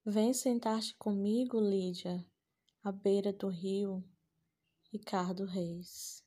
Vem sentar-te comigo, Lídia, à beira do rio, Ricardo Reis.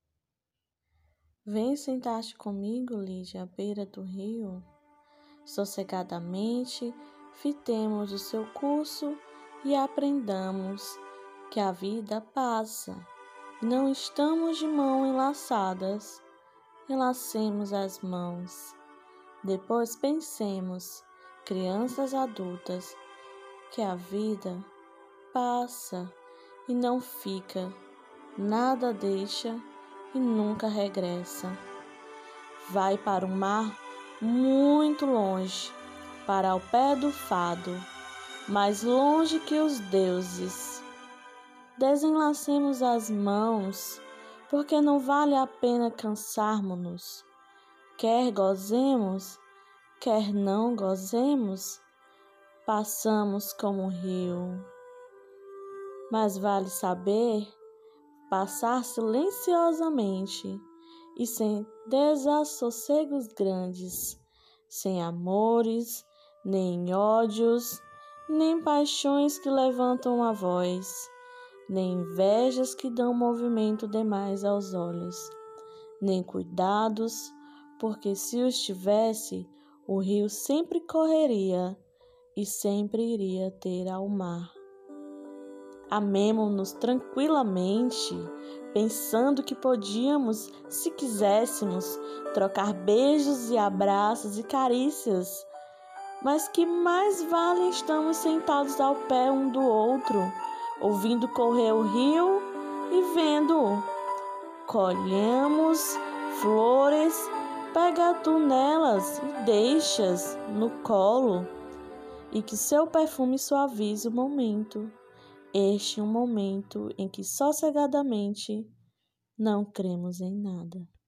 Vem sentar-te comigo, Lídia, à beira do rio. Sossegadamente fitemos o seu curso e aprendamos que a vida passa e não estamos de mão enlaçadas. Enlacemos as mãos. Depois pensemos, crianças adultas, que a vida passa e não fica, nada deixa e nunca regressa. Vai para o mar muito longe, para o pé do fado, mais longe que os deuses. Desenlacemos as mãos, porque não vale a pena cansarmos-nos. Quer gozemos, quer não gozemos, passamos como um rio. Mas vale saber passar silenciosamente e sem desassossegos grandes, sem amores, nem ódios, nem paixões que levantam a voz, nem invejas que dão movimento demais aos olhos, nem cuidados, porque se os tivesse, o rio sempre correria e sempre iria ter ao mar. Amemo-nos tranquilamente, pensando que podíamos, se quiséssemos, trocar beijos e abraços e carícias, mas que mais vale estamos sentados ao pé um do outro, ouvindo correr o rio e vendo-o. Colhemos flores, pega tu nelas e deixas no colo, e que seu perfume suavize o momento. Este é um momento em que sossegadamente não cremos em nada.